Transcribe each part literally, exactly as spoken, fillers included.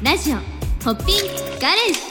ラジオホッピンガレージ。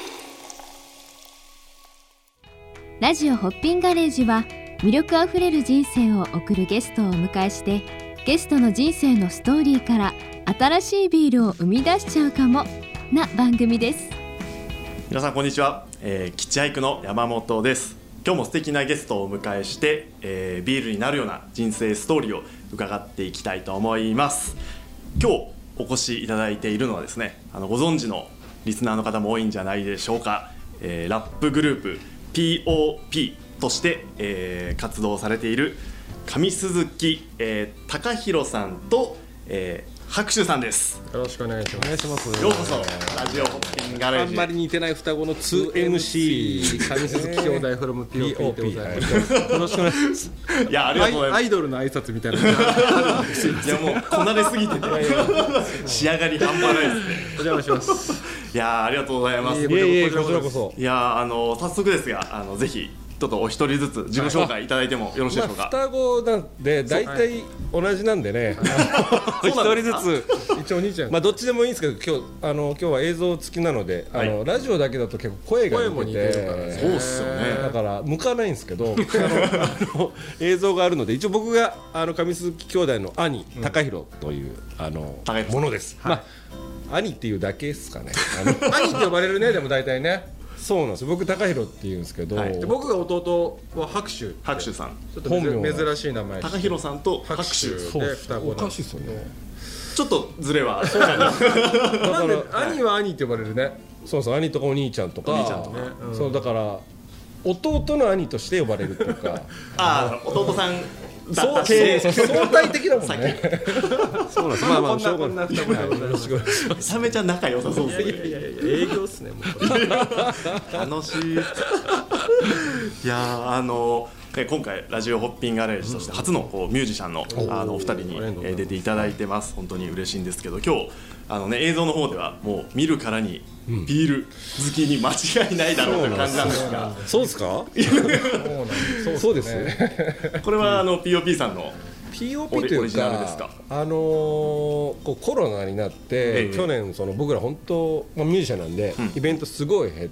ラジオホッピンガレージは魅力あふれる人生を送るゲストをお迎えして、ゲストの人生のストーリーから新しいビールを生み出しちゃうかもな番組です。 皆さんこんにちは、えー、キッチハイクの山本です。今日も素敵なゲストをお迎えして、えー、ビールになるような人生ストーリーを伺っていきたいと思います。今日お越しいただいているのはですね、あのご存知のリスナーの方も多いんじゃないでしょうか、えー、ラップグループ ピーオーピー として、えー、活動されている上鈴木、えー、貴弘さんと、えー白秋さんです。 よろしくお願いします。お願いします。 ようこそラジオホッピンガレージ。 あんまり似てない双子の ツーエムシー 上鈴木兄弟 from ピーオーピー でございます。よろしくお願いします。いや、ありがとうございます。アイドルの挨拶みたいな。いや、 もうこなれすぎてて仕上がり半端ないですね。 お邪魔します。 いや、ありがとうございます。 いえいえ、こちらこそ。 いや、あの早速ですが、あのぜひちょっとお一人ずつ自己紹介いただいてもよろしいでしょうか。 まあ、双子なんで大体同じなんでね、一人ずつ一応お兄ちゃん、まあどっちでもいいんですけど、今日あの今日は映像付きなので、あの、はい、ラジオだけだと結構声が似てて、 そうっすよね。 だから向かないんですけど、あのあの映像があるので、一応僕があの上鈴木兄弟の兄貴弘という、うん、あのものです。はい、まあ兄っていうだけですかね。あの兄って呼ばれるね、でも大体ね。そうなんです。僕貴弘って言うんですけど、はい、で僕が弟は白秋。 白秋さん。 ちょっと珍しい名前。 貴弘さんと白秋で双子。おかしいですよね。 ちょっとズレは。 なんで兄は兄って呼ばれるね。そうそう、兄とかお兄ちゃんとか。 お兄ちゃんとか。 そうだから弟の兄として呼ばれるっていうか。 ああ、弟さん。 そう相対的だもんね。そうなんです。まあまあ、しょうがない。めちゃめちゃ仲良さそうですね。 いやいやいや、営業っすね。 楽しい。いや、あの今回ラジオホッピンガレージとして初のこうミュージシャンのあのお二人に出ていただいてます。本当に嬉しいんですけど、今日あのね映像の方ではもう見るからにビール好きに間違いないだろうという感じなんですが、 そうですか？そうですね。 これはあの ピーオーピー さんのピーオーピー というか、あのー、こうコロナになって、ええ、去年その僕ら本当、まあ、ミュージシャンなんで、うん、イベントすごい減って、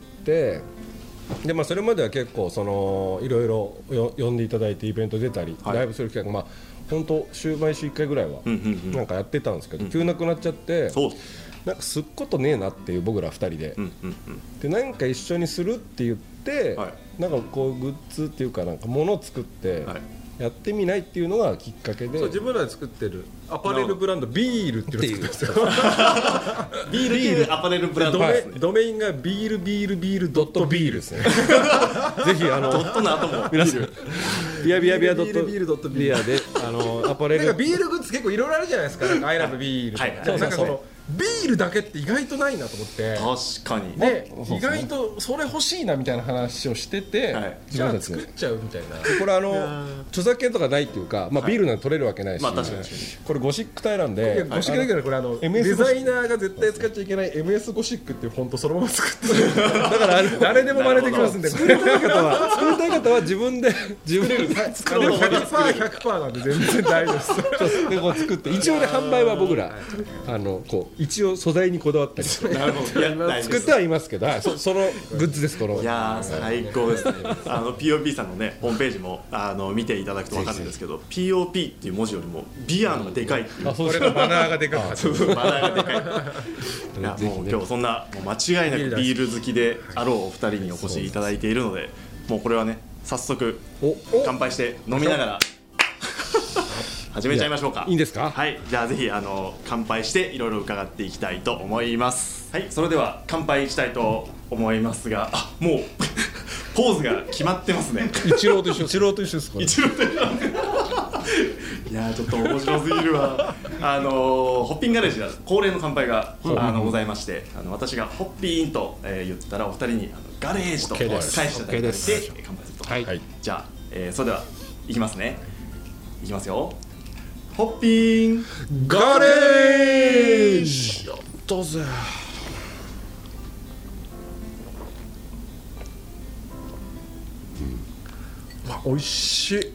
でまあ、それまでは結構そのいろいろ呼んでいただいてイベント出たり、はい、ライブする機会が、まあ、本当週毎週いっかいぐらいはなんかやってたんですけど、うん、急なくなっちゃって、うん、なんかすっことねえなっていう僕らふたりで、うんうんうん、でなんか一緒にするって言って、はい、なんかこうグッズっていうかなんか物を作って、はい、やってみないっていうのがきっかけで、そう自分らで作ってるアパレルブランドビールっていうのを作ってるんですよ。 ビール系アパレルブランドですね。 ドメインがビールビールビールドットビールですね。ぜひあのドットの後も皆さんビアビアビアドットビールドットビアであのアパレルなんかビールグッズ結構いろいろあるじゃないですか。なんかアイラブビールとか、はいはい、そうなんかそのビールだけって意外とないなと思って、 確かにで意外とそれ欲しいなみたいな話をしてて、はい、じゃあ作っちゃうみたいな。これあの著作権とかないっていうか、まあ、ビールなんて取れるわけないし、まあ、確かにこれゴシック体なんで、ゴシックだけどこれあのデザイナーが絶対使っちゃいけない エムエス ゴシックっていうフォントそのまま作ってる。だからあれ誰でも真似できますんで、作りたい方は作りたい方は自分で自分で作ろう。 ひゃくパーセント ひゃくパーセント なんで全然大丈夫です。でこう作って一応ね販売は僕らあのこう一応素材にこだわったりしてなるほど作ってはいますけど、そ, そのグッズですこの。 いや最高ですね。あの ピーオーピー さんのねホームページもあの見ていただくと分かるんですけど、 ピーオーピー っていう文字よりもビアのがでかいっていう、 あ、これのバナーがでかい。 バナーがでかい。いやもう今日そんなもう間違いなくビール好きであろうお二人にお越しいただいているので、もうこれはね早速乾杯して飲みながら始めちゃいましょうか。 いいんですか？ はい、じゃあぜひあの乾杯していろいろ伺っていきたいと思います。はい、それでは乾杯したいと思いますが、あ、もうポーズが決まってますね。 イチローと一緒。イチローと一緒ですか？ イチローと一緒。いやちょっと面白すぎるわ。あのホッピンガレージでは恒例の乾杯が、うん、あのございまして、あの私がホッピーンと、えー、言ったらお二人にあのガレージと返していただいて乾杯すると。はい、じゃあ、えー、それではいきますね。いきますよ。ホッピーンガレージ。やったぜ。うん、わ、美味しい。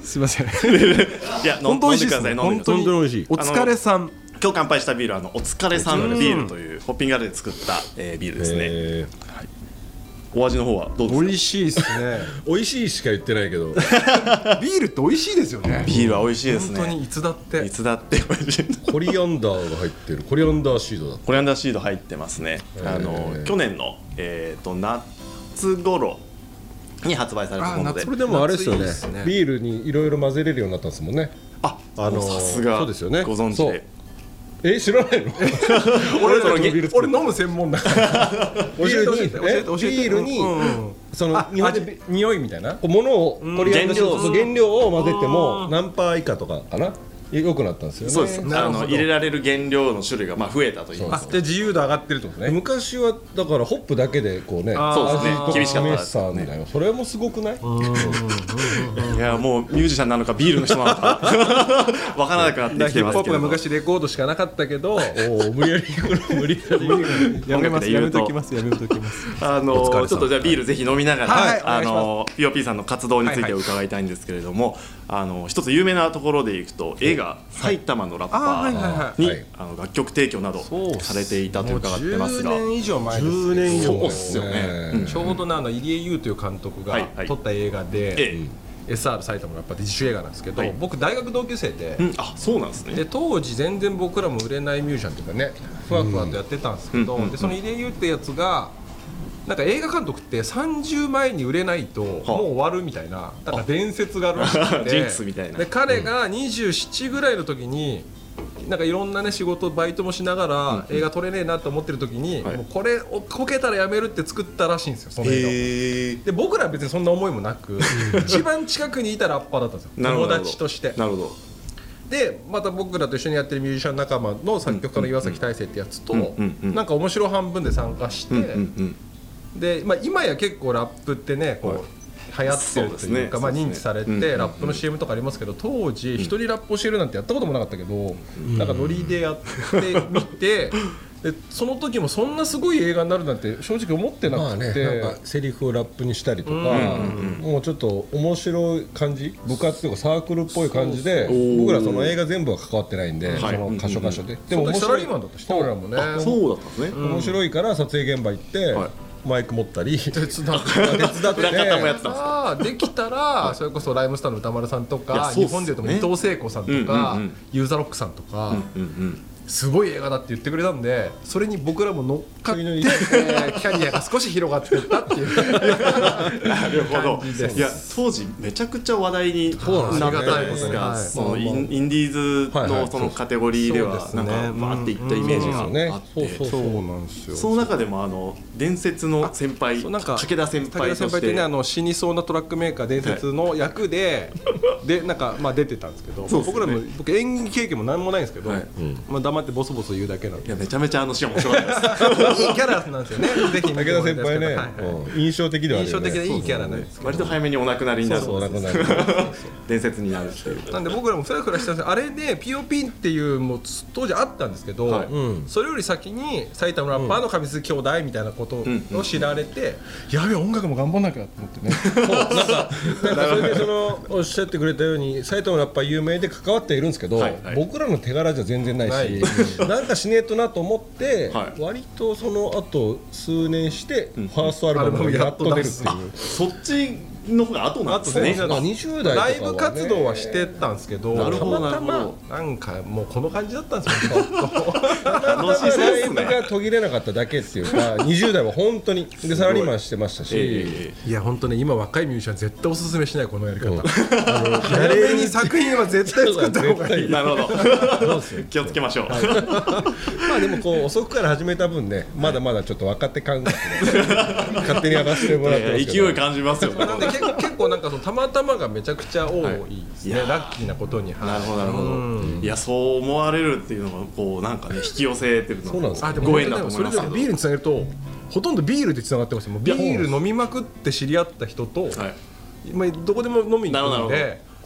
すいませんいや本当美味しいですね。 飲んでください。 本当に美味しい。お疲れさん。 今日乾杯したビールはあのお疲れさんビールというホッピングガレージで作った、えー、ビールですね、はい、お味の方はどうですか？ 美味しいですね美味しいしか言ってないけどビールって美味しいですよね。 ビールは美味しいですね。 本当にいつだっていつだって美味しいコリアンダーが入ってるコリアンダーシードだコリアンダーシード入ってますね。あの去年の、えー、と夏頃に発売されたもので、 それでもあれですよね、 夏いいですね。 ビールにいろいろ混ぜれるようになったんですもんね。 あ、 あのーさすがそうですよね。 ご存知で。 え知らないの俺そのビール俺飲む専門だからビールに教えて教えて教えてビールに、 うんうん、 その日本で味匂いみたいなこう物をコリアンダーシード原料そう原料を混ぜても何パー以下とかかな良くなったんですよね。 そうです。 なるほどあの入れられる原料の種類がまあ増えたと言います。 あで自由度上がってるってことね。 昔はだからホップだけでこうねあそうですね味と厳しかった試ですねしたんだよ。それもすごくない？ いやもうミュージシャンなのかビールの人なのかわからなくなってきヒップホップがてますけど。 昔レコードしかなかったけどおお無理やり無理やりやめますやめ音楽で言うとときますやめときますあのお疲れ様ちょっとじゃあビールぜひ飲みながら、 はいあお願いしの ピーオーピー さんの活動について伺いたいんですけれども、あの一つ有名なところでいくと映画「埼玉のラッパあはいはいはー」にはいあの楽曲提供などそうされていたと伺ってますが、 もうじゅうねん以上前です。 じゅうねん以上そうっすよねうんちょうどねあの入江優という監督がはいはい撮った映画で、 えエスアール 埼玉のラッパーって自主映画なんですけど、 はい僕大学同級生で、 え、うん、あそうなんですね。 で当時全然僕らも売れないミュージシャンというかねふわふわとやってたんですけど、 うんでその入江優ってやつがなんか映画監督ってさんじゅうまえに売れないともう終わるみたいななんか伝説があるらしくてジンクスみたいなで彼がにじゅうななぐらいの時になんかいろんなね仕事バイトもしながら映画撮れねえなと思ってる時に、 はいもうこれをこけたらやめるって作ったらしいんですよその映画を。 へえ。 で僕らは別にそんな思いもなく一番近くにいたラッパーだったんですよなるほど友達として。 なるほど。 でまた僕らと一緒にやってるミュージシャン仲間の作曲家の岩崎大成ってやつと、 うんうんうんなんか面白半分で参加して、 うんうんうんで、まあ、今や結構ラップってねこう、 はい流行ってるというか、 そうですねまあ、認知されて、 うんうんうんラップの シーエム とかありますけど当時一人ラップ教えるなんてやったこともなかったけど、なんかノリでやってみてでその時もそんなすごい映画になるなんて正直思ってなまあね、 くて、 なんかセリフをラップにしたりとか、 うんもうちょっと面白い感じ部活というかサークルっぽい感じでそうそう僕らその映画全部は関わってないんで、 はいその箇所箇所で、ででもも面白いサラリーマンだったし俺らもねそうだったんですね。 面白いから撮影現場行って、 はいマイク持ったり手伝って手伝って裏方もやってたんですか。 さあできたらそれこそライムスターの歌丸さんといやかそうっすよね日本でいうと伊藤聖子さんとうんうんかうんユーザーロックさんとかうんうん。 すごい映画だって言ってくれたんでそれに僕らも乗っかって、えそういうーキャリアが少し広がっていったっていうなるほど。 感じですいや当時めちゃくちゃ話題にそうなったなんですよんですが、 はいそのまあまあインインディーズはいはいのそのカテゴリーではそうですねなんかバーっていったイメージがあって、 そうそうそうなんですよその中でもあの伝説の先輩そうなんか武田先武田輩として先輩ってねあの死にそうなトラックメーカー伝説の役で、でなんかまあ出てたんですけどそうですね僕らも僕演技経験も何もないんですけど、 はいまあ、黙ってボソボソ言うだけなんでいやめちゃめちゃあのシーン面白かったです。 いいキャラなんですよねぜひ見武田てもらい先輩ね、 たいですけどはいはいうん印象的ではあるよね。 印象的でいいキャラなんですけど割と早めにお亡くなりになるそうそうお亡くなり伝説になるっていう。 なんで僕らもフラフラしてたんですあれで ピーオーピー っていうもう当時あったんですけど、 はいうんそれより先に埼玉のラッパーの上鈴兄弟みたいなことを知られて、やべえ音楽も頑張んなきゃと思ってねそうなんかなんかそれでそのおっしゃってくれたように埼玉のラッパー有名で関わっているんですけど、 はいはい僕らの手柄じゃ全然ないし、なんかしねえとなと思って、 はい割とその後数年してファーストアルバムがやっと出るっていう。 そっちの方が後なんですね。 あとねにじゅう代とかはねライブ活動はしてたんですけどなるほどたまたなるほまなんかもうこの感じだったんですよちょっと楽しそうライですね。 ブが途切れなかっただけっていうかにじゅう代は本当にでサラリーマンしてましたし、 えいや本当ね今若いミュージシャン絶対おすすめしないこのやり方、あの早めに作品は絶対作った方がいいえなるほど。気をつけましょう。 まあでもこう遅くから始めた分ねまだまだちょっと若手感覚で勝手にやらせてもらってますけど勢い感じますよね。 なんで結構結構なんかそのたまたまがめちゃくちゃ多いですね、 はいいやラッキーなことに、はいなるほどなるほど。 うんいやそう思われるっていうのがこうなんかね引き寄せてるのそうなんですよあでもご縁だと思いそれますけど。 でビールにつなげるとほとんどビールでつながってますよもうビール飲みまくって知り合った人と、 はい。 まあ、どこでも飲みに行くなるほどなるんで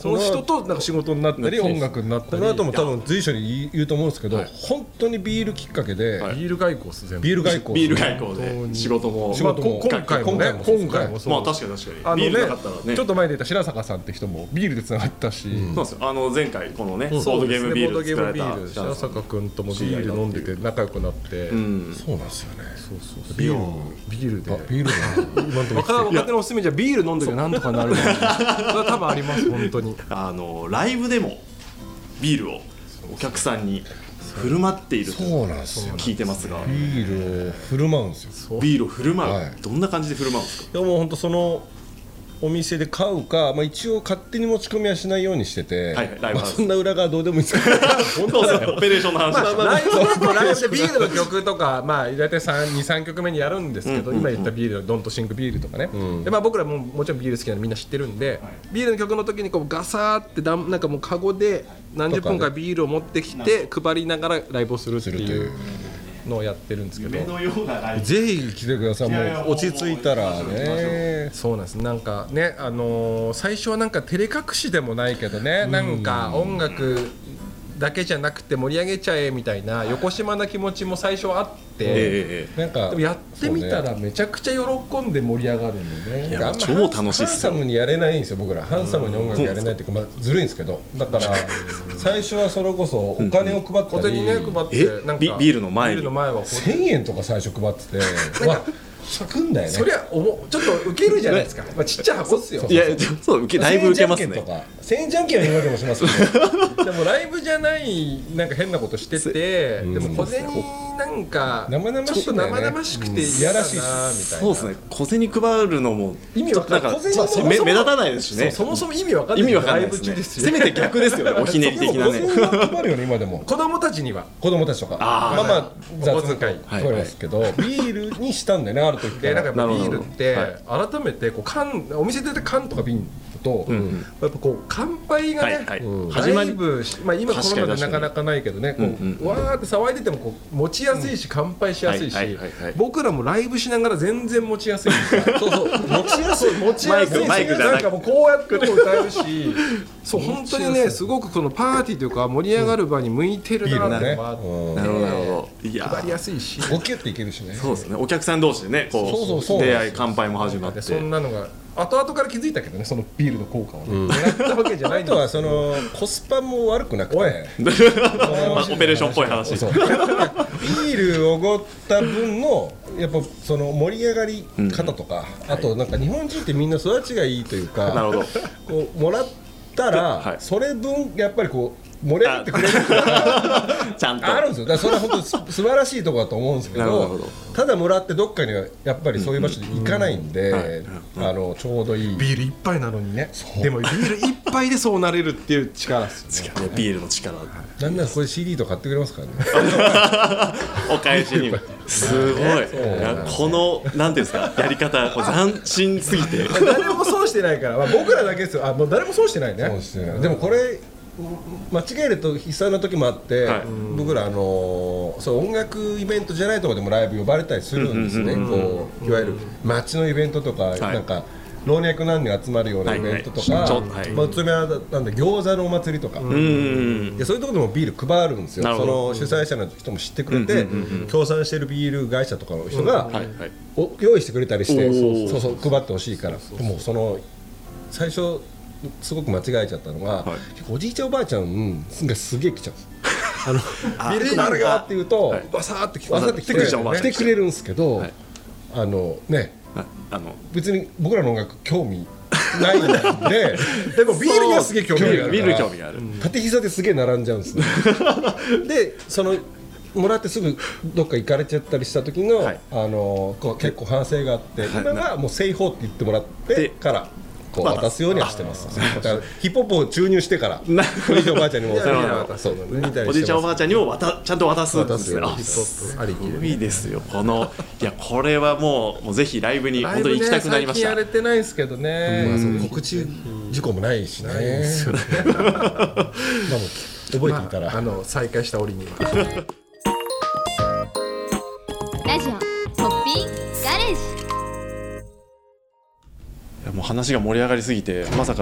その人となんか仕事になったり音楽になったり、 この後も多分随所に言うと思うんですけど、本当にビールきっかけで、 ビール外交っす全部。 ビール外交ビール外交で仕事も仕事も今回もね、今回もそう。 まあ確かに確かにあのね、 ビールなかったらね、 ちょっと前で言った白坂さんって人もビールでつながったし、 そうなんですよ。あの前回このねボードゲームビールを作られた白坂君ともビール飲んでて仲良くなって、 そうなんですよね。 そうそうビールビールでビール今のところ若手のおすすめじゃビール飲んでてなんとかなるの。それは多分あります本当に。 あのライブでもビールをお客さんに振る舞っていると聞いてますが、 ビールを振る舞うんですよ。 ビールを振る舞う、 はい、 どんな感じで振る舞うんですか？ いやもう本当そのお店で買うか、まあ、一応勝手に持ち込みはしないようにしてて、はいはい、ライブハウス、まあ、そんな裏側どうでもいいんですけど本当ですね、オペレーションの話でした、 まあまあ、ライブライブでビールの曲とか、まあ、大体にさんきょくめにやるんですけど、うんうんうん、今言ったビールドントシンクビールとかね、うん、でまあ、僕らももちろんビール好きなのみんな知ってるんで、はい、ビールの曲の時にこうガサーってだなんかもうカゴで何十本かビールを持ってきて配りながらライブをするっていうのをやってるんですけど、 ぜひ来てください。もう落ち着いたらね。 そうなんです。なんかね、あのー、最初はなんか照れ隠しでもないけどね、なんか音楽だけじゃなくて盛り上げちゃえみたいな横島な気持ちも最初はあって、えー、なんかでもやってみたらめちゃくちゃ喜んで盛り上がるんでね。 いや超楽しいっすよ。 ハンサムにやれないんですよ僕ら。ハンサムに音楽やれないっていうか、まあ、ずるいんですけど、だから最初はそれこそお金を配ったり、 小手にね配ってなんかビールの前にビールの前はせんえんとか最初配っててわ引くんだよね。 そりゃおもちょっとウケるじゃないですか。まあちっちゃい箱っすよ。 いやそう受けだいぶ受けますね。 せんえんじゃんけんは今でもしますけどでもライブじゃないなんか変なことしてて、でも小銭なんか生々しい、ね、 ちょっと生々しくて嫌だなみたいな。 そうですね。小銭配るのも意味わかんない。 まあ、目立たないですしね。 そもそも意味わかんない。 意味わかんないですね。せめて逆ですよね。おひねり的なね。 配るよね今でも。 子供たちには。 子供たちとか。まあまあ雑遣い配りますけど、ビールにしたんだよねある時から。 なんかビールって改めてこう缶お店で出て缶とか瓶と、うん、やっぱこう乾杯がね、はいはい、うん、始まり、まあ、今コロナでなかなかないけどね、こう、うんうん、わーって騒いでてもこう持ちやすいし、うん、乾杯しやすいし、はいはいはいはい、僕らもライブしながら全然持ちやすいそうそう持ちやすい持ちやすいし、なんかもうこうやっても歌えるしそう本当にねすごくこのパーティーというか盛り上がる場に向いてるなっていうのがあって、 うん、なるほどなるほど、 いや配りやすいしごキュッていけるしね。 そうですね、お客さん同士でねこうそうそうそう出会い乾杯も始まって、 そんなのが後々から気づいたけどね、そのビールの効果を、ね、うん、狙ったわけじゃないんだ。 あとはそのコスパも悪くなくて、まあ、オペレーションっぽい話。 そうそうビールをおごった分のやっぱその盛り上がり方とか、うん、あとなんか日本人ってみんな育ちがいいというか、 なるほどこうもらったら、はい、それ分やっぱりこう盛り上がってくれるからちゃんとあるんですよ。だからそれは本当に素晴らしいところだと思うんですけ ど, どただもらってどっかにはやっぱりそういう場所に行かないんで、うんうん、あのちょうどいいビール一杯なのにね。でもビール一杯でそうなれるっていう力ですよね。 ビールの力なんならこれ シーディー とか買ってくれますからねお返しにすごい、このなんていうんですかやり方こう斬新すぎて誰も損してないから、まあ、僕らだけですよ。あもう誰も損してないね。 そうですね。でもこれ間違えると悲惨な時もあって、はい、僕らあのそう音楽イベントじゃないところでもライブ呼ばれたりするんですね。こういわゆる街のイベントとか、はい、なんか老若男女集まるようなイベントとか、はいはい、まあ、宇都宮なんで餃子のお祭りとか、うん、でそういうところでもビール配るんですよ。その主催者の人も知ってくれて、協賛してるビール会社とかの人が、うんはいはい、お用意してくれたりして、そうそうそう配ってほしいから。でもその最初すごく間違えちゃったのが、はい、おじいちゃんおばあちゃんがすげえ来ちゃうんですあのビール配るよって言うとわ、はい、さーって来て来てくれる、来てくれるんですけど、はい、あのねあの別に僕らの音楽興味ないんででもビールにはすげえ興味があるからビール興味がある、 縦膝ですげえ並んじゃうんですねでそのもらってすぐどっか行かれちゃったりした時の、はい、あのこう結構反省があって、はい、今はもう製法って言ってもらってからこう渡すようにはしてます。ヒップホップを注入してからおじいちゃんおばあちゃんにもおじいちゃんおばあちゃんにも渡ちゃんと渡すんですよ。 すごいですよ。このいやこれはもうもうぜひライブに本当に行きたくなりました。 ライブね最近やれてないですけどね。 うん、告知事項もないしね。ないですよね。まあもう覚えていたら、 まあ、あの再開した折には。 ラジオホッピーガレージ。 もう話が盛り上がりすぎてまさかの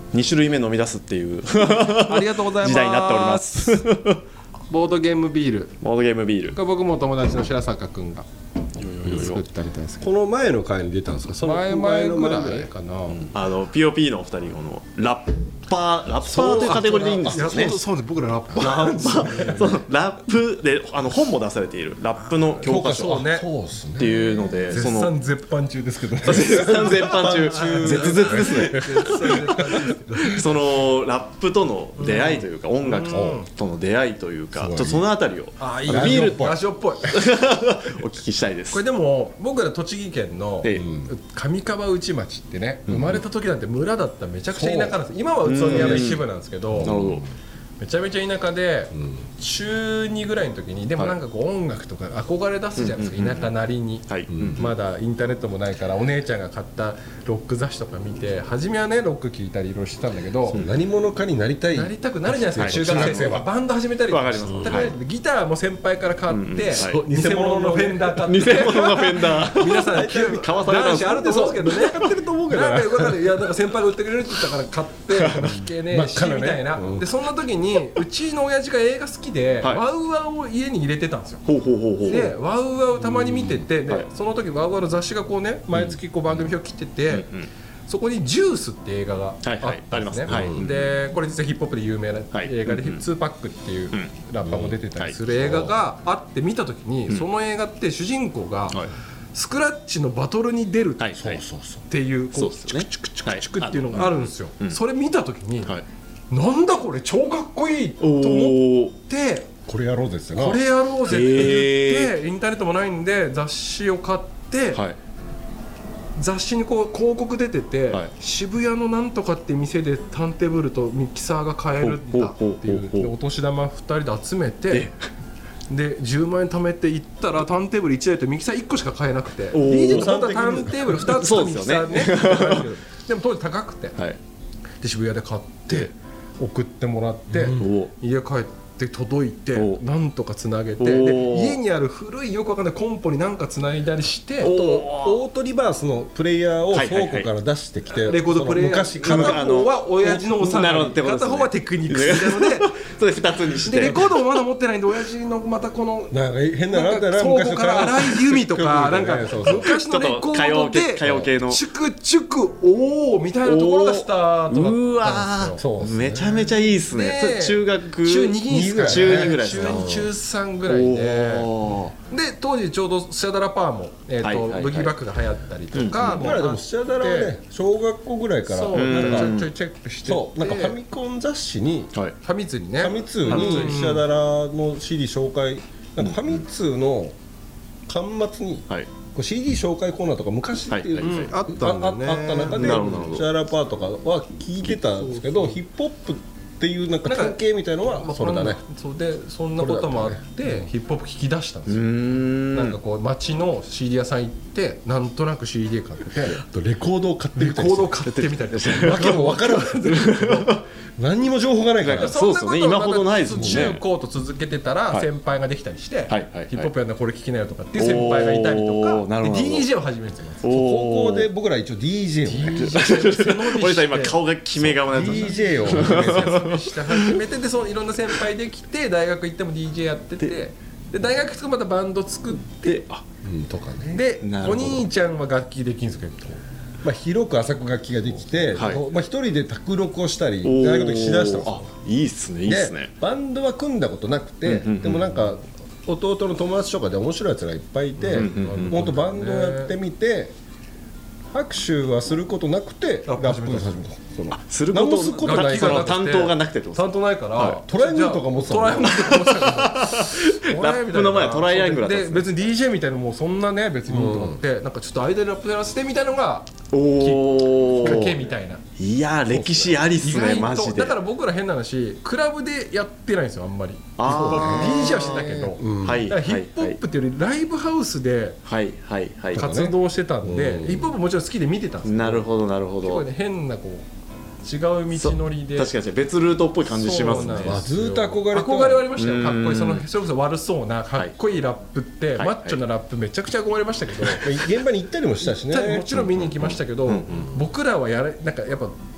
に種類目飲み出すっていうありがとうございます時代になっておりますボードゲームビールボードゲームビールこれ僕も友達の白坂くんが作ったりですけどこの前の回に出たんですか？その前前ぐらいかな、うん、 あの ピーオーピー のお二人このラッパーラッパーというカテゴリーでいいんですよね。 そうです、僕らラッパーラッパーそのラップであの本も出されているラップの教科書っていうので、 絶賛絶版中ですけどね。 絶賛絶版中絶絶ですねそのラップとの出会いというか、音楽との出会いというか、ちょっとそのあたりをビールラジオっぽいお聞きしたいです。 これでも僕ら栃木県の上川内町ってね、生まれた時なんて村だったらめちゃくちゃ田舎なんです。今は宇都宮の一部なんですけど、めちゃめちゃ田舎で、うん、中にぐらいの時にでもなんかこう音楽とか憧れ出すじゃないですか、田舎なりに、はい、まだインターネットもないからお姉ちゃんが買ったロック雑誌とか見て初めはねロック聴いたりいろいろしてたんだけど、 何者かになりたいなりたくなるじゃないですか、はい、中学生はバンド始めたりとかして、はい、ギターも先輩から買って、うんうんはい、偽物のフェンダー買って偽物のフェンダー皆さん買わされたんですあると思うんですけどね買ってると思うけどなんかよかったいやなんか先輩が売ってくれるって言ったから買って弾けねえしみたいな、でそんな時にうちの親父が映画好きで、はい、ワウワウを家に入れてたんですよ。 ほうほうほうほうでワウワウをたまに見てて、で、はい、その時ワウワウの雑誌がこうね毎月こう番組表切ってて、うんうんうん、そこにジュースって映画があったんですね、はいはい、でこれ実はヒップホップで有名な映画で、はい、ツーパックっていうラッパーも出てたりする映画があって見た時に、うん、その映画って主人公が、はい、スクラッチのバトルに出るっていうチクチクチクチクチクっていうのがあるんですよ。それ見た時に、はい、なんだこれ超かっこいいと思ってこれやろうぜってこれやろうぜって言ってインターネットもないんで雑誌を買って、はい、雑誌にこう広告出てて、はい、渋谷のなんとかって店でターンテーブルとミキサーが買えるんだっていうお年玉ふたりで集めてでじゅうまんえん貯めて行ったらターンテーブルいちだいとミキサーいっこしか買えなくて ディージェー って本当はターンテーブルふたつとミキサーねでも当時高くて、はい、で渋谷で買って送ってもらって、うん、家帰って届いてなんとかつなげてで家にある古いよくわかんないコンポになんかつないだりしてオートリバースのプレイヤーを倉庫から出してきて、はいはいはい、 レコードプレイヤー昔片方は親父のおさがり片方はテクニックみたいなのでそれふたつにしてでレコードもまだ持ってないんで親父のまたこのなんか変ななんだな倉庫から荒井由実とかなんか昔のレコードで歌謡系のチュクチュクおおみたいなところがスタートだったんですよ。 めちゃめちゃいいっすね。それ中学中にぐらい中にぐらい中に中さんぐらいでで当時ちょうどスチャダラパーもえとブギーバックが流行ったりとか僕らでもスチャダラはね小学校ぐらいからそうなんかちょいチェックしてそうなんかファミコン雑誌にファミ通にねファミ通にスチャダラの シーディー 紹介なんかファミ通の巻末にこう シーディー 紹介コーナーとか昔っていうあった中でシャラパーとかは聞いてたんですけどヒップホップっていうなんか関係みたいのはそれだね。 そうでそんなこともあってヒップホップ聞き出したんですよ。なんかこう街の シーディー 屋さん行ってなんとなく シーディー 買ってレコードを買ってみたりレコードを買ってみたりしてわけも分からない何にも情報がないからそうですね今ほどないですもんね。 中高と続けてたら先輩ができたりしてヒップホップやんなこれ聞きなよとかっていう先輩がいたりとかで ディージェー を始めてたんです。 高校で僕ら一応 ディージェー を俺さ今顔が決め顔になってましたディージェー をして始めてでそういろんな先輩できて大学行っても ディージェー やっててで大学とかまたバンド作ってあ、 うん、とかねでお兄ちゃんは楽器できるんですけどまあ、広く浅く楽器ができて、はいまあ、一人で卓録をしたり大学でしだしたんですよ。 いいっすねいいっすね。 バンドは組んだことなくて、うんうんうん、でもなんか弟の友達とかで面白いやつがいっぱいいて、もっとバンドをやってみて拍手はすることなくてラップを始めた。 することすることないから担当がなくて担当ないから、はい、 トライアングルとか持ってたもん。 トライアングルとか持ってたラップの前はトライアングルだったんですね。 で別に ディージェー みたいなのもそんなね別にと思って、うん、なんかちょっと間でラップやらせてみたいなのがおきっかけみたいな。 いや歴史ありっすねマジで。 だから僕ら変な話クラブでやってないんですよあんまり。あ ディージェー はしてたけど、うん、だからヒップホップっていうよりライブハウスで活動してたんで、ヒップホップもちろん好きで見てたんですけど。 なるほどなるほど。 結構ね変なこう違う道のりで確かに別ルートっぽい感じしますね。 ずっと憧れ憧れはありましたよ。かっこいいそのそれこそ悪そうなかっこいいラップって、はい、マッチョなラップめちゃくちゃ憧れましたけど、はいはい、 現場に行ったりもしたしねもちろん見に行きましたけど、うんうん、僕らはやれなんかやっぱ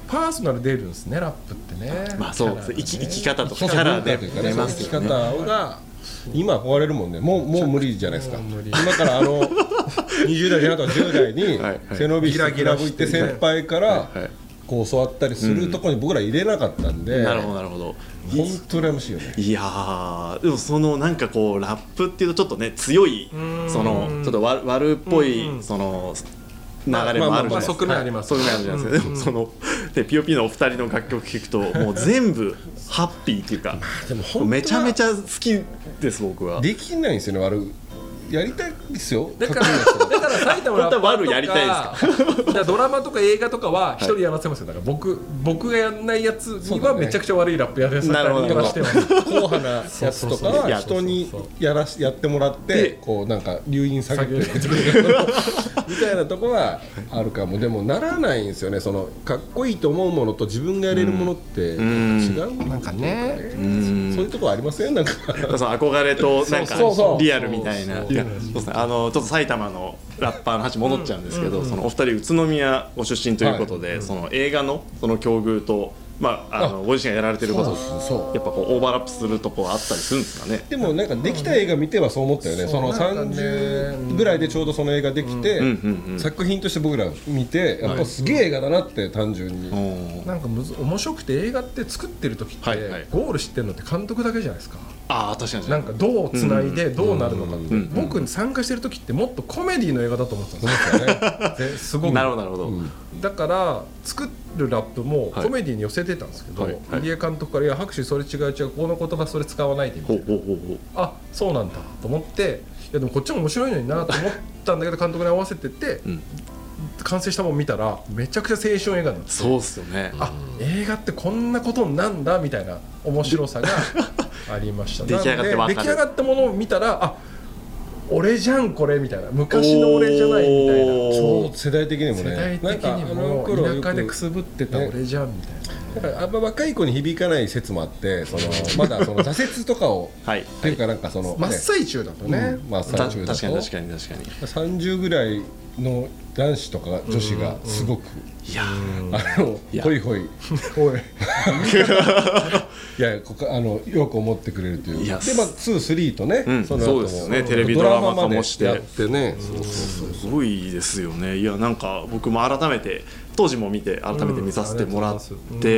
パーソナル出るんですね、ラップってね。 まあそうです、生き生き方とかキャラで出ますよね。 生き方が今憧れるもんね。もうもう無理じゃないですか。今からあのにじゅう代じゃなくてじゅう代に背伸びしてギラ吹いて先輩からこう教わったりするところに僕ら入れなかったんで、 なるほどなるほど、 本当羨ましいよね。 いやーでもそのなんかこうラップっていうとちょっとね強いそのちょっと悪悪っぽいその流れもあるじゃないですか。 側面あります。 側面あるじゃないですか。でもそので ピーオーピー のお二人の楽曲聴くともう全部ハッピーっていうか、 でも本当はめちゃめちゃ好きです僕は。 できないんですよね、悪いやりたいですよ。 だからだから埼玉のラッパーとか本当は悪やりたいですか。 だからドラマとか映画とかは一人やらせますよ。だから僕僕がやんないやつにはめちゃくちゃ悪いラップやらせたりとかしてます。 硬派なやつとかは人にやらしやってもらってこうなんか留飲下げてみたいなとこはあるかも。でもならないんですよね。そのかっこいいと思うものと自分がやれるものって違うなんかね。そういうとこありません？なんかその憧れとなんかリアルみたいな。そうですね、あのちょっと埼玉のラッパーの話戻っちゃうんですけど、そのお二人宇都宮ご出身ということで、その映画のその境遇と、まあ、あのご自身がやられてることやっぱこうオーバーラップするところあったりするんですかね。 でもなんかできた映画見てはそう思ったよね。そのさんじゅうぐらいでちょうどその映画できて作品として僕ら見てやっぱすげえ映画だなって単純になんかむず面白くて、映画って作ってる時ってゴール知ってるのって監督だけじゃないですか。 ああ確かに。 なんかどうつないでどうなるのかって、僕参加してる時ってもっとコメディの映画だと思ってたんですよね。すごくなるほどなるほど。 だから作るラップもコメディに寄せてたんですけど、入江監督から「いや拍手それ違う違う、この言葉それ使わないで」みたいな。あ、そうなんだと思って、いやでもこっちも面白いのになと思ったんだけど監督に合わせてて、完成したもん見たらめちゃくちゃ青春映画になって、 そうっすよね。 あ、映画ってこんなことなんだみたいな面白さがありました。 出来上がって分かる。 出来上がったものを見たら、あ、俺じゃんこれみたいな、昔の俺じゃないみたいな、 そう世代的にもね、 世代的にも田舎でくすぶってた俺じゃんみたいな。 だからあんま若い子に響かない説もあって、そのまだその挫折とかをっていうかなんかその真っ最中だとね、 真っ最中だと確かに確かに確かにさんじゅうぐらいの男子とか女子がすごくいやあのホイホイおいいやここあのよく思ってくれるという。でまあツー、スリーとね、 その後もそうですね、テレビドラマ化もしてやってね、 すごいですよね。いやなんか僕も改めて当時も見て改めて見させてもらって、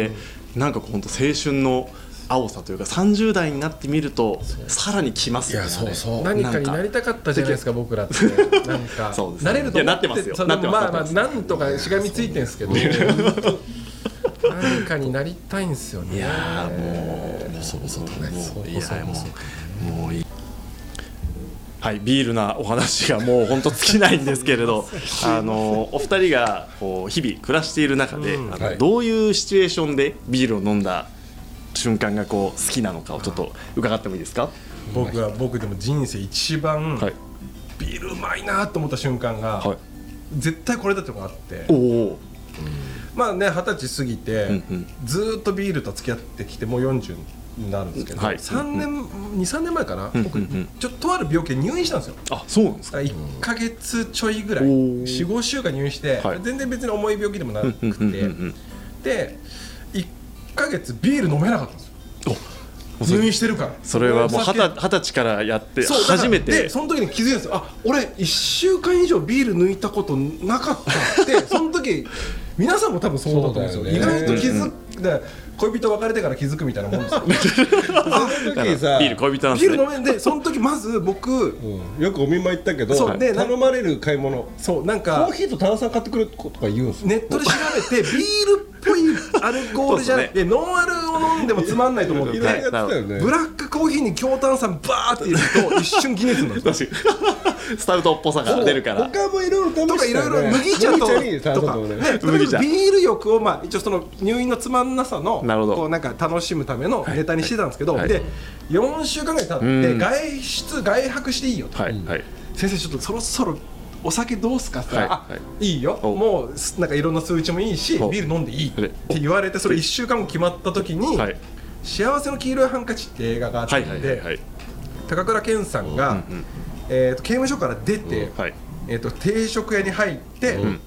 なんかこう本当青春の青さというかさんじゅう代になってみるとさらにきますよね。 そうそう、 何かになりたかったじゃないですか僕らってなんかなれると思って、 なってますよ。 まあまあなんとかしがみついてんですけど何かになりたいんですよね。 いやもうそうそうね、 いやもうもういい。はい、ビールなお話がもう本当尽きないんですけれどあのお二人がこう日々暮らしている中で、うん、あのはい、どういうシチュエーションでビールを飲んだ瞬間がこう好きなのかをちょっと伺ってもいいですか。 僕は僕でも人生一番ビールうまいなと思った瞬間が、はい、絶対これだってのがあって、おお、まあね二十歳過ぎて、うんうん、ずっとビールと付き合ってきてもうよんじゅうになるんですけど、はい、さんねん、にさんねんまえかな、うんうん、僕ちょっととある病気で入院したんですよ。 あ、そうなんですか。 いっかげつちょいぐらい よん、ごしゅうかん入院して、はい、全然別に重い病気でもなくて、でいっかげつビール飲めなかったんですよ。入院してるから。 それはもう二十歳からやって初めて。 でその時に気づいたんですよ。あ、俺いっしゅうかん以上ビール抜いたことなかったってその時皆さんも多分そうだと思うんですよ。意外と気づく、恋人別れてから気づくみたいなもんですよ。 その時さ、 ビール恋人なんですね。 ビール飲めんで、その時まず僕、 うん、よくお見舞い行ったけど、そうで頼まれる買い物、 そうなんかコーヒーと炭酸買ってくれとか言うんですよ。 ネットで調べてビールっぽいアルコールじゃなくて、ね、ノンアルを飲んでもつまんないと思って、ブラックコーヒーに強炭酸バーって入れると一瞬ギネスになる。 スタウトっぽさが出るから。 他もいろいろとかいろいろ麦茶ととか、ね、ビール欲をまあ一応その入院のつまんなさのこうなんか楽しむためのネタにしてたんですけど、はいはい、でよんしゅうかんぐらい経って外出外泊していいよと、はいはい、先生ちょっとそろそろお酒どうすかって言ったら、はいはい、いいよ、もうなんかいろんな数値もいいしビール飲んでいいって言われて、それいっしゅうかんご決まった時に、はい、幸せの黄色いハンカチって映画があって、はいはいはいはい、高倉健さんが、うんうん、えー、と刑務所から出て、うん、はい、えー、と定食屋に入って、うん、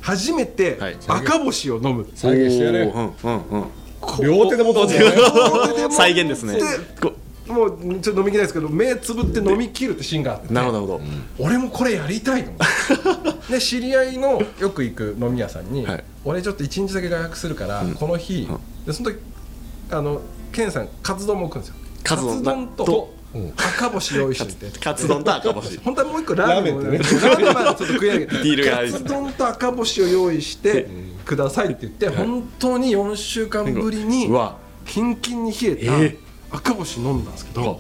初めて赤星を飲む。 再現してやれ。 両手で持って再現ですね。 もうちょっと飲みきれないですけど、目つぶって飲み切るってシーンがあって、 なるほど、 俺もこれやりたいと思ってで知り合いのよく行く飲み屋さんに、はい、俺ちょっといちにちだけ予約するから、うん、この日、うん、でその時あのケンさんカツ丼も置くんですよ。カツ丼と赤星用意してて、 カツ丼と赤星本当はもう一個ラーメンもね、ラーメンはちょっと食い上げてカツ丼と赤星を用意してくださいって言って、本当によんしゅうかんぶりにキンキンに冷えた赤星飲んだんですけど、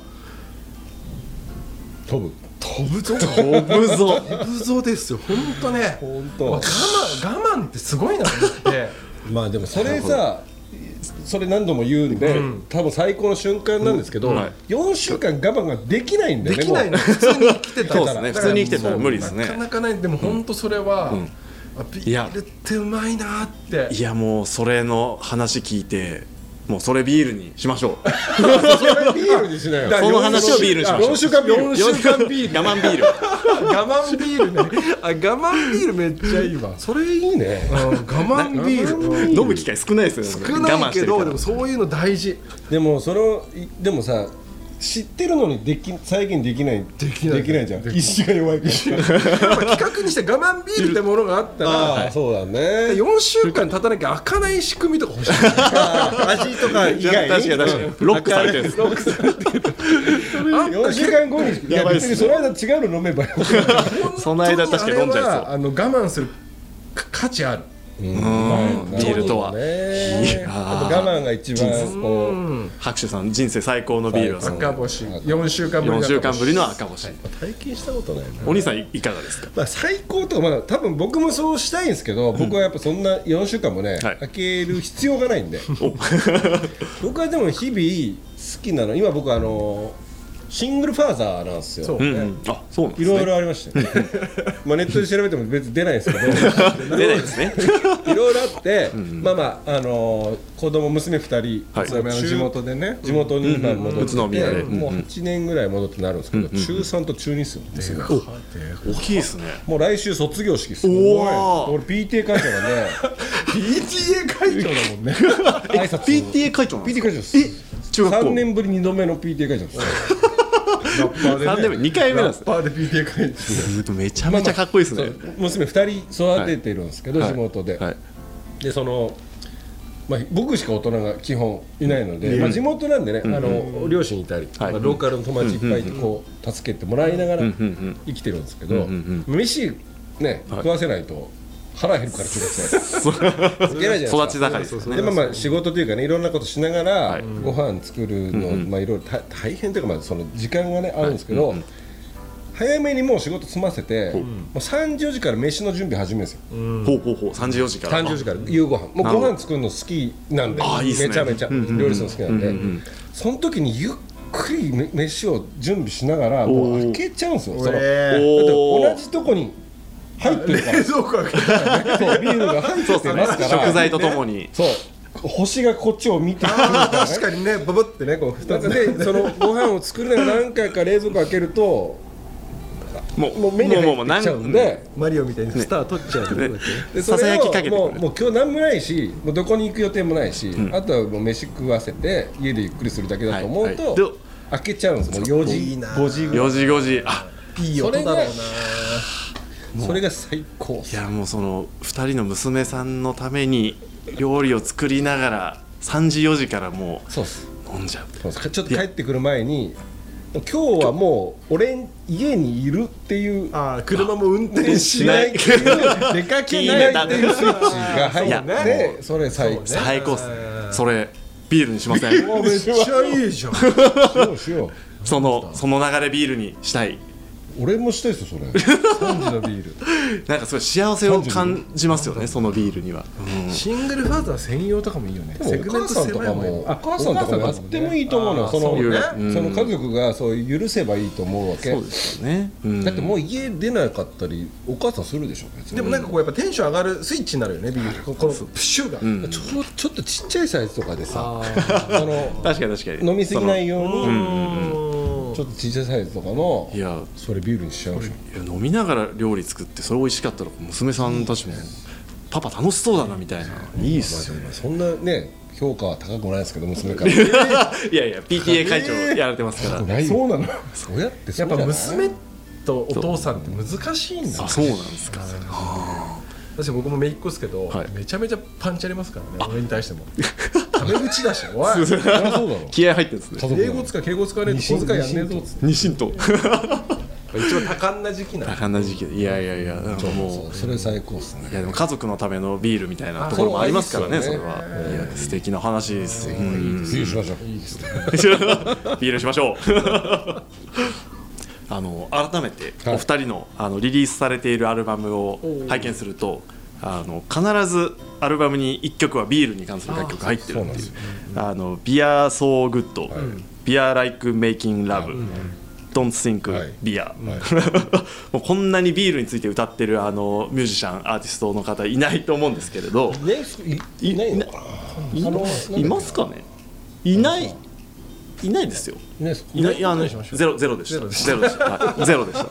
飛ぶ飛ぶぞ飛ぶぞ飛ぶぞですよ。本当ね、 本当我慢我慢ってすごいなと思ってまあでもそれさ、それ何度も言うんで、うん、多分最高の瞬間なんですけど、うんはい、よんしゅうかん我慢ができないんだよね。 できないの普通に生きてたから。 そうですね、普通に生きてたら無理ですね。 なかなかない。でも本当それは、うん、ビールってうまいなって。 いやもうそれの話聞いて、もうそれビールにしましょうそれビールにしなよ。 その話をビールにしましょう。 よんしゅうかんビール、よんしゅうかんビール我慢ビール我慢ビールね。あ、我慢ビールめっちゃいいわ。 それいいね、 うん、我慢ビール飲む機会少ないですよね。 少ないけど、でもそういうの大事。 でもそのでもさ、知ってるのにでき再現できないできない、できないじゃん。意志が弱いから企画にして我慢ビールってものがあったら、 あ、そうだね、 よんしゅうかん経たなきゃ開かない仕組みとか欲しい味とか以外に確かに確かにロックされてるんです。 ロックされてるよんしゅうかんごにいや別にその間違うの飲めばよその間確かに飲んじゃいそう。 あの我慢する価値ある。 うん、ビールとは、 ね、いや我慢が一番こう、 拍手さん人生最高のビールは赤星よんしゅうかんぶりよんしゅうかんぶりの赤星、 体験したことないな。 お兄さんいかがですか。 まあ、最高とかまだ多分僕もそうしたいんですけど、僕はやっぱそんなよんしゅうかんもね、はい、開ける必要がないんで僕はでも日々好きなの、今僕はあのシングルファーザーなんですよ。 そう、うんうん、あ、そうなんですね。 いろいろありましたよまあネットで調べても別に出ないですけど出ないですねいろいろあって、うんうん、まあまあ、あのー、子供娘ふたり、はい、宇都宮の地元でね、地元に今戻ってて、うんうん、もうはちねんぐらい戻ってなるんですけど、うんうん、ちゅうさんとちゅうにっすよ、ね、 大きいですね。 もう来週卒業式っすよ。お俺 ピーティー 会長なんでピーティーエー 会長だもんね挨拶ピーティーエー 会長なんですか。 ピーティー 会長です。え、中学校さんねんぶりにどめの ピーティー 会長ですラッパーでね、 さんねんめにかいめなんです。 ラッパーで ピーティー 会長めちゃめちゃかっこいいですね。 まあまあ、娘ふたり育ててるんですけど、はい、地元で、はい、でその、まあ、僕しか大人が基本いないので、うん、まあ、地元なんでね、うん、あの両親いたり、はい、まあ、ローカルの友達いっぱいいてこう助けてもらいながら生きてるんですけど、飯ね食わせないと腹減るから育ち盛りですね。 で、まあまあ仕事というかね、いろんなことしながらご飯作るの、はい、まあいろいろ大変というか、まあその時間がねあるんですけど、はい、うんうん、早めにもう仕事済ませて、うん、もうさんじよじから飯の準備始めるんですよ。 ほうほうほう、さんじよじから。 さんじよじから夕ご飯。もうご飯作るの好きなんで、 いいね、 めちゃめちゃ料理するの好きなんで、うんうんうん、その時にゆっくり飯を準備しながらもう開けちゃうんですよ。そのだって同じとこに入ってるから、 冷蔵庫開けたらね、 そうビールが入ってますから、 食材とともに、 そう星がこっちを見てくるから、 ね、確かにね、バブってね、こうふたつでそのご飯を作るのが何回か冷蔵庫開けるともうもう目に入ってきちゃうんで、 マリオみたいにスター取っちゃう、ね、 でそれをもうもう今日何もないし、もうどこに行く予定もないし、うん、あとはもう飯食わせて家でゆっくりするだけだと思うと、はいはい、開けちゃうんです。もうよじごじぐらい、 よじごじ、あ、 いい音だろうな。 それが最高。 いやもうそのふたりの娘さんのために料理を作りながらさんじよじからもう飲んじゃう。 そうそう、ちょっと帰ってくる前に今日はもう俺家にいるっていう、 ああ車も運転しないっていう出かけないっていうスイッチが入って、それ最高、 最高っす。それビールにしません？ めっちゃいいじゃん。しようしよう。 そのその流れビールにしたい。 俺もしたいですよそれさんじのビールなんかすごい幸せを感じますよね、そのビールには、 うん、シングルファーザー専用とかもいいよね。 セグメント狭いもんね。お母さんとかもやってもいいと思うのよ。そのね、その家族がそう許せばいいと思うわけ。 そうですよね、うん、 だってもう家出なかったりお母さんするでしょ別に。 でもなんかこうやっぱテンション上がるスイッチになるよね、ビール。このプッシュが、うん、 ちょちょっとちっちゃいサイズとかでさ、その確かに確かに飲みすぎないようにちょっと小さいサイズとかの、いやそれビールにしちゃうでしょ。 いや飲みながら料理作ってそれ美味しかったら娘さんたちもパパ楽しそうだなみたいな。いいっすよね。 そんなね評価は高くないですけど娘から。いやいや ピーティーエー 会長やられてますから。 そうなの。そうやってやっぱ娘とお父さんって難しいんだ。 あ、そうなんですか。 私僕も姪っ子ですけど、はい、めちゃめちゃパンチありますからね。俺に対してもタメ口だし、おいそうだろ気合入ってるんですね。 英語使う敬語使わねえと小遣いやんねえぞっつって二神と一番多感な時期な多感な時期で、いやいやいや、なんかもうそれ最高っすね。 いやでも家族のためのビールみたいなところもありますからね。それは、いや素敵な話ですよ。ビールしましょう。いいですね。 ビールしましょう。あの改めてお二人のあのリリースされているアルバムを拝見すると、あの必ずアルバムにいっきょくはビールに関する楽曲が入ってるっていう、あのビアソーグッド、ビアライクメイキンラブ、Don't Think Beer、もうこんなにビールについて歌ってるあのミュージシャンアーティストの方いないと思うんですけれど、 い, いないのかな、いますかね。いないいないですよ。いない、あのゼロゼロでした。ゼロでした。ゼロでした。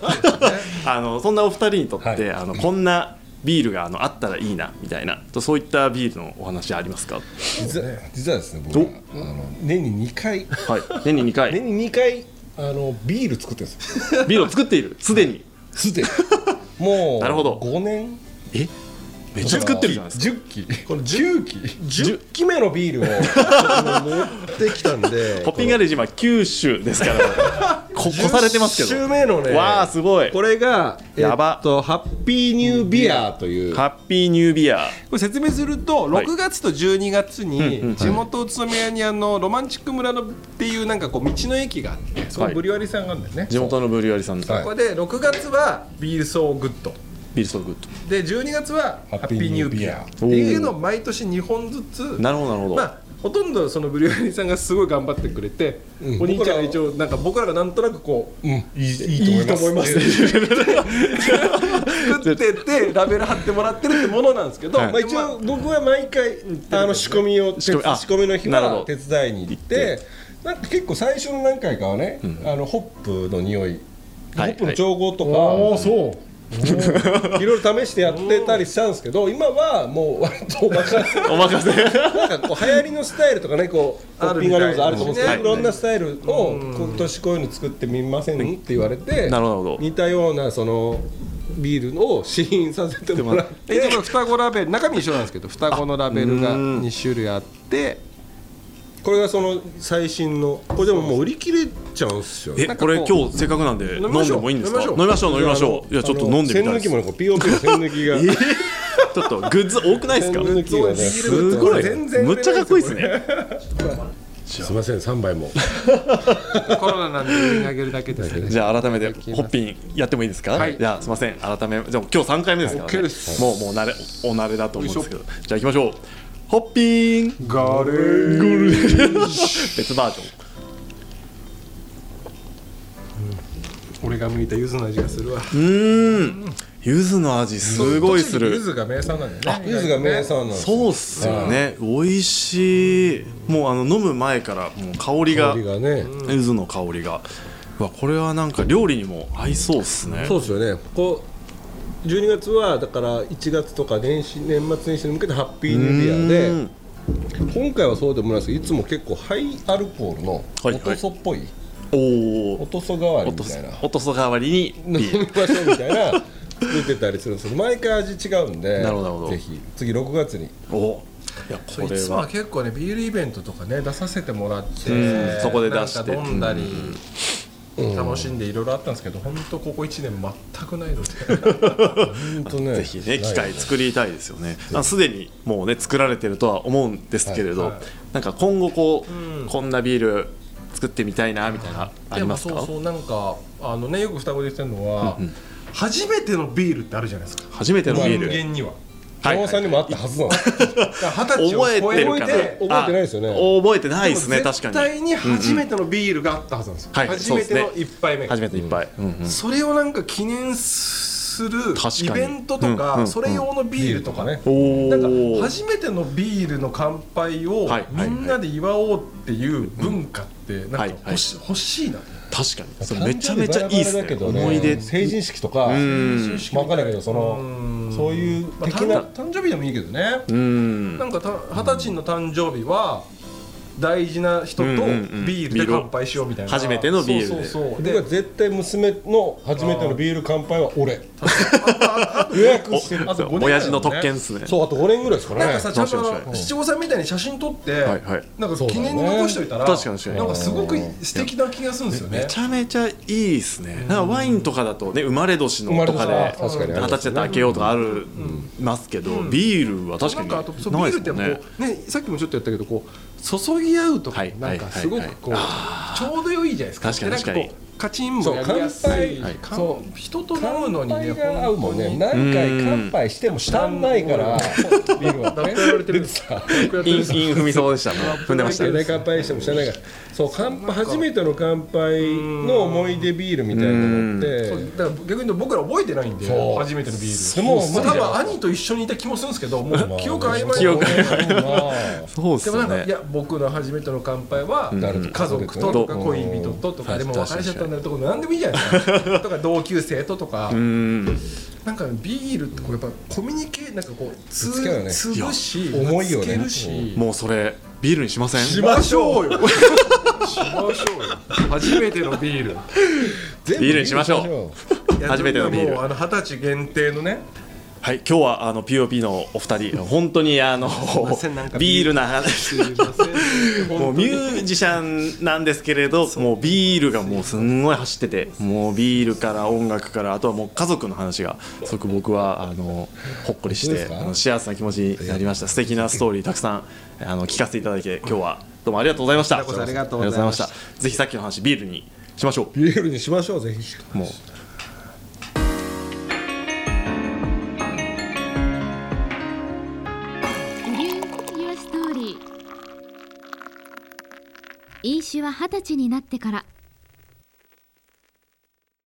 あのそんなお二人にとって、あのこんなビールがあのあったらいいなみたいな、とそういったビールのお話ありますか。 実は、実はですね、僕はあの年ににかい、 はい、年ににかい年ににかいあのビール作ってるんですよ。 ビールを作っている、すでにすでにもうなるほどごねん。 えめっちゃ作ってるじゃないですか。 じゅっきこのじゅっきじゅっきめのビールを持ってきたんでホッピングガレージ今きゅう種ですからここされてますけど、 じゅっ種目のね、 わあすごい。 これがやば、 えっと、ハッピーニュービアという、 ハッピーニュービア、 これ説明するとろくがつとじゅうにがつに地元宇都宮にあのロマンチック村のっていうなんかこう道の駅があって、そのブリュワリーさんがあるんだよね。 地元のブリュワリーさん、 そこでろくがつはビールソーグッド、 ビールソーグッドでじゅうにがつはハッピーニュービアっていうのを毎年にほんずつ。 なるほどなるほど。 まあほとんどそのブリュワリーさんがすごい頑張ってくれて、うん、お兄ちゃんが一応なんか僕らがなんとなくこう、うん、いい、いいと思います作っててラベル貼ってもらってるってものなんですけど、はい、まあ、一応僕は毎回あの仕込みを仕込みの日は手伝いに行って、なんか結構最初の何回かはね、うん、あのホップの匂い、ホップの調合とか、 はい、そういろいろ試してやってたりしたんですけど、今はもう割とお任せお任せなんかこう流行りのスタイルとかね、こうホッピングアレンジあると思うんですけど、いろんなスタイルを今年こういうの作ってみませんって言われて、 なるほど、 似たようなそのビールを試飲させてもらって、 一応双子ラベル、中身一緒なんですけど双子のラベルがにしゅるいあって、 これがその最新の、これでももう売り切れちゃうんですよ。 え、これ今日せっかくなんで飲んでもいいんですか。飲みましょう飲みましょう。いやちょっと飲んでみたいです。 栓抜きもね、こう ピーオーピー の栓抜きが、えー、 ちょっとグッズ多くないですか。栓抜きがね、すごい、むっちゃかっこいいですね。 すみません、さんばいもコロナなんで上に上げるだけですけど、 じゃあ改めてホッピンやってもいいですか。はい、じゃあすみません、改めじゃあ今日さんかいめですからね。もうもう慣れお慣れだと思うんですけど、じゃあ行きましょう。ホッピンガレージ別バージョン、 うん、俺が向いた柚子の味がするわ。 うーん、柚子の味すごいする。 柚子が名産なんだよね。 柚子が名産なんです。 そうっすよね。美味しい。もうあの飲む前からもう香りが、 香りがね、 柚子の香りが、うわこれはなんか料理にも合いそうっすね。 そうですよね。こうじゅうにがつはだからいちがつとか年始年末年始に向けてハッピーニュービアで、今回はそうでもないですけど、いつも結構ハイアルコールのおとそっぽい、 おおとそ代わりみたいな、 おとそ代わりに飲みましょうみたいな出てたりするんですけど、毎回味違うんで、 なるほどぜひ次ろくがつに。 おいやこれはいつもは結構ねビールイベントとかね出させてもらって、 そこで出して飲んだり、楽しんでいろいろあったんですけど、本当ここいちねん全くないので本当、ね、 ぜひね機会作りたいですよね。すでにもうね作られてるとは思うんですけれど、はいはい、なんか今後こう、うん、こんなビール作ってみたいなみたいなありますか。 そうそう、なんかあのねよく双子で言ってるのは、うんうん、初めてのビールってあるじゃないですか。 初めてのビール、 人間には山本さんにもあったはずなの。 覚えてるかな。 覚えてないですよね。 覚えてないですね。確かに絶対に初めてのビールがあったはずなんですよ。初めての一杯目。 初めて一杯。 それをなんか記念するイベントとか、それ用のビールとかね。なんか初めてのビールの乾杯をみんなで祝おうっていう文化ってなんか欲しいな。 確かにそれめちゃめちゃいいっすね。思い出成人式とか分かんないけどそのそういう的な、 まあ、誕生日でもいいけどね。うんなんか二十歳の誕生日は大事な人とビールで乾杯しようみたいな、 初めてのビールで。 そうそうそうで僕は絶対娘の初めてのビール乾杯は俺予約してる。 あと親父の特権っすね。 そうあとごねんぐらいですからね。 なんかさちゃんと七五三みたいに写真撮って、はいはい、なんか記念に残しといたら、確かになんかすごく素敵な気がするんですよね。 めちゃめちゃいいですね。なんかワインとかだとね生まれ年のとかで二十歳で開けようとかあるますけど、ビールは確かにないですもんね。 ビールってこうねさっきもちょっとやったけどこう注ぎ合うとかなんかすごくこうちょうど良いじゃないですか。 確かに確かにカチンもやりやすい。そう人と飲むのにね乾杯が合うもんね。何回乾杯してもしたんないからビールはね。 イン踏みそうでしたね。踏んでましたね。 乾杯してもしたんないから。そう乾杯初めての乾杯の思い出ビールみたいなのってだから逆に言うと僕ら覚えてないんで初めてのビール。もう多分兄と一緒にいた気もするんですけどもう記憶曖昧。 記憶曖昧。そうですね。 でもなんかいや僕の初めての乾杯は家族ととか恋人ととかでも別れちゃったんだとか何でもいいじゃないですか。とか同級生ととか。なんかビールってこうやっぱコミュニケーなんかこうつぶし重いよね。 もうそれビールにしません？ しましょうよ。しましょうよ。初めてのビール。 ビールにしましょう。初めてのビール。 もうあの二十歳限定のね。 はい、今日はあの ピーオーピー のお二人本当にあのビールな話もうミュージシャンなんですけれどもうビールがもうすんごい走っててもうビールから音楽からあとはもう家族の話がすごく僕はあのほっこりしてあの幸せな気持ちになりました。素敵なストーリーたくさんあの聞かせていただいて今日はどうもありがとうございました。 ありがとうございました。 ぜひさっきの話ビールにしましょう。 ビールにしましょうぜひ。 もう飲酒は二十歳になってから